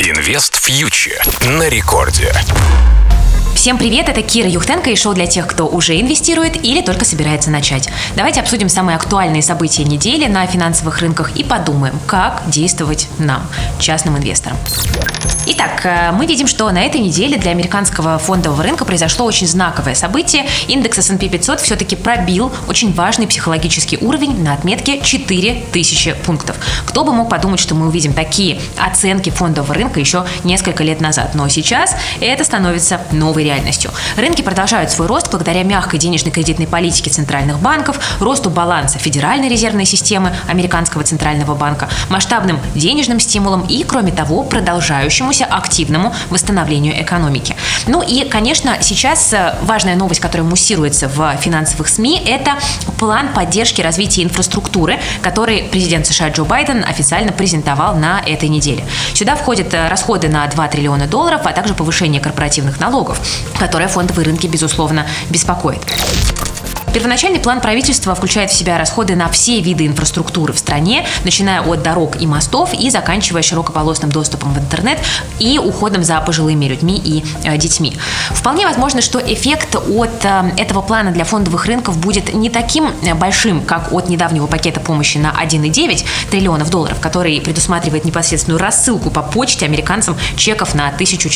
Инвест Фьючер на рекорде. Всем привет, это Кира Юхтенко и шоу для тех, кто уже инвестирует или только собирается начать. Давайте обсудим самые актуальные события недели на финансовых рынках и подумаем, как действовать нам, частным инвесторам. Итак, мы видим, что на этой неделе для американского фондового рынка произошло очень знаковое событие. Индекс S&P 500 все-таки пробил очень важный психологический уровень на отметке 4000 пунктов. Кто бы мог подумать, что мы увидим такие оценки фондового рынка еще несколько лет назад. Но сейчас это становится новой реальностью. Рынки продолжают свой рост благодаря мягкой денежно-кредитной политике центральных банков, росту баланса Федеральной резервной системы Американского центрального банка, масштабным денежным стимулам и, кроме того, продолжающемуся активному восстановлению экономики. Ну и, конечно, сейчас важная новость, которая муссируется в финансовых СМИ, это план поддержки развития инфраструктуры, который президент США Джо Байден официально презентовал на этой неделе. Сюда входят расходы на $2 триллиона, а также повышение корпоративных налогов, которое фондовые рынки, безусловно, беспокоит. Первоначальный план правительства включает в себя расходы на все виды инфраструктуры в стране, начиная от дорог и мостов и заканчивая широкополосным доступом в интернет и уходом за пожилыми людьми и детьми. Вполне возможно, что эффект от этого плана для фондовых рынков будет не таким большим, как от недавнего пакета помощи на $1,9 триллиона, который предусматривает непосредственную рассылку по почте американцам чеков на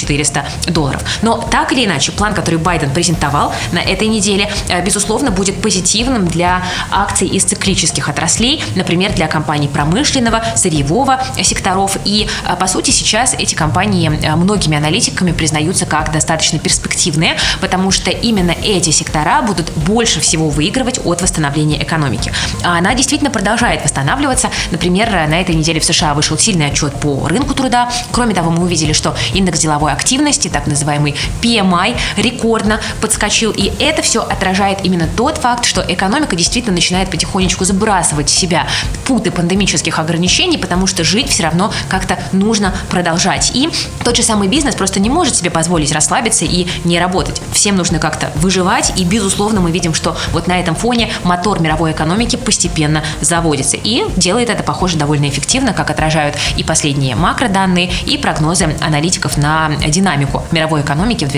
$1400. Но так или иначе, план, который Байден презентовал на этой неделе, безусловно, будет позитивным для акций из циклических отраслей, например, для компаний промышленного, сырьевого секторов. И, по сути, сейчас эти компании многими аналитиками признаются как достаточно перспективные, потому что именно эти сектора будут больше всего выигрывать от восстановления экономики. А она действительно продолжает восстанавливаться. Например, на этой неделе в США вышел сильный отчет по рынку труда. Кроме того, мы увидели, что индекс деловой активности, так называемый PMI, рекордно подскочил. И это все отражает именно тот факт, что экономика действительно начинает потихонечку сбрасывать с себя путы пандемических ограничений, потому что жить все равно как-то нужно продолжать. И тот же самый бизнес просто не может себе позволить расслабиться и не работать. Всем нужно как-то выживать, и, безусловно, мы видим, что вот на этом фоне мотор мировой экономики постепенно заводится. И делает это, похоже, довольно эффективно, как отражают и последние макроданные, и прогнозы аналитиков на динамику мировой экономики в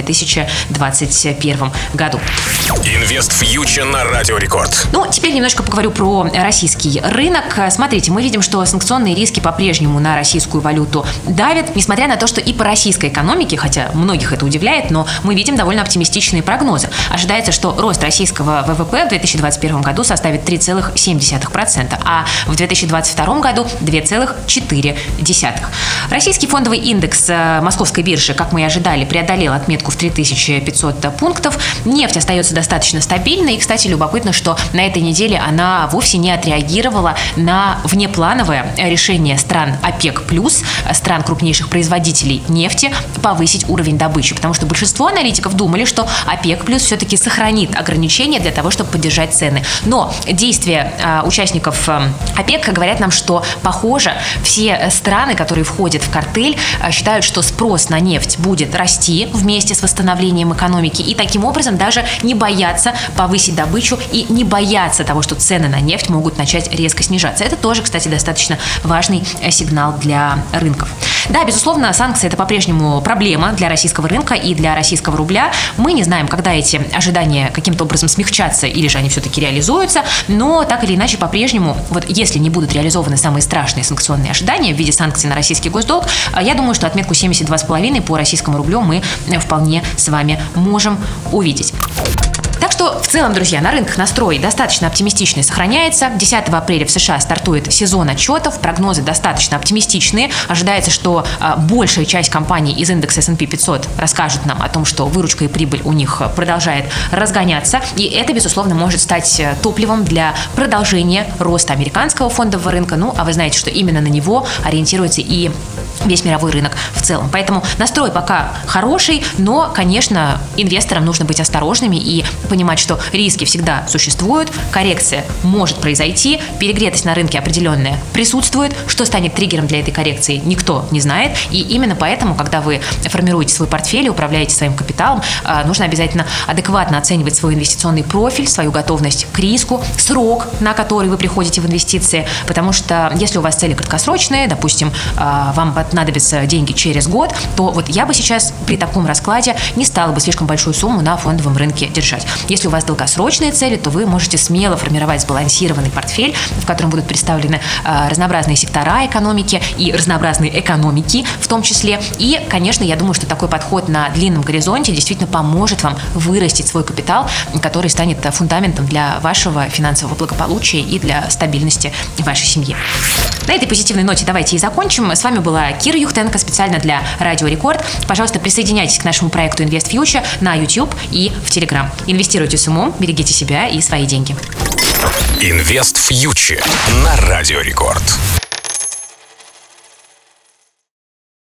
2021 году. Инвест Фьючер на Радио Рекорд. Ну, теперь немножко поговорю про российский рынок. Смотрите, мы видим, что санкционные риски по-прежнему на российскую валюту давят, несмотря на то, что и по российской экономике, хотя многих это удивляет, но мы видим довольно оптимистичные прогнозы. Ожидается, что рост российского ВВП в 2021 году составит 3,7%, а в 2022 году 2,4%. Российский фондовый индекс Московской биржи, как мы и ожидали, преодолел отметку в 3500 пунктов. Нефть остается достаточно стабильной. И, кстати, любопытно, что на этой неделе она вовсе не отреагировала на внеплановое решение стран ОПЕК+, стран крупнейших производителей нефти, повысить уровень добычи. Потому что большинство аналитиков думали, что ОПЕК+ все-таки сохранит ограничения для того, чтобы поддержать цены. Но действия участников ОПЕК говорят нам, что, похоже, все страны, которые входят в картель, считают, что спрос на нефть будет расти вместе с восстановлением экономики, и таким образом даже не боятся повысить добычу и не боятся того, что цены на нефть могут начать резко снижаться. Это тоже, кстати, достаточно важный сигнал для рынков. Да, безусловно, санкции – это по-прежнему проблема для российского рынка и для российского рубля. Мы не знаем, когда эти ожидания каким-то образом смягчатся или же они все-таки реализуются, но так или иначе по-прежнему, вот если не будут реализованы самые страшные санкционные ожидания в виде санкций на российский госдолг, я думаю, что отметку 72,5 по российскому рублю мы вполне с вами можем увидеть. Так что, в целом, друзья, на рынках настрой достаточно оптимистичный сохраняется. 10 апреля в США стартует сезон отчетов, прогнозы достаточно оптимистичные. Ожидается, что большая часть компаний из индекса S&P 500 расскажут нам о том, что выручка и прибыль у них продолжает разгоняться. И это, безусловно, может стать топливом для продолжения роста американского фондового рынка. Ну, а вы знаете, что именно на него ориентируется и весь мировой рынок в целом. Поэтому настрой пока хороший, но, конечно, инвесторам нужно быть осторожными и понимать, что риски всегда существуют, коррекция может произойти, перегретость на рынке определенная присутствует. Что станет триггером для этой коррекции, никто не знает. И именно поэтому, когда вы формируете свой портфель и управляете своим капиталом, нужно обязательно адекватно оценивать свой инвестиционный профиль, свою готовность к риску, срок, на который вы приходите в инвестиции. Потому что если у вас цели краткосрочные, допустим, вам понадобятся деньги через год, то вот я бы сейчас при таком раскладе не стала бы слишком большую сумму на фондовом рынке держать. Если у вас долгосрочные цели, то вы можете смело формировать сбалансированный портфель, в котором будут представлены разнообразные сектора экономики и разнообразные экономики в том числе. И, конечно, я думаю, что такой подход на длинном горизонте действительно поможет вам вырастить свой капитал, который станет фундаментом для вашего финансового благополучия и для стабильности вашей семьи. На этой позитивной ноте давайте и закончим. С вами была Кира Юхтенко специально для Радио Рекорд. Пожалуйста, присоединяйтесь к нашему проекту Invest Future на YouTube и в Telegram. Инвестируйте с умом, берегите себя и свои деньги. Invest Future на Радио Рекорд.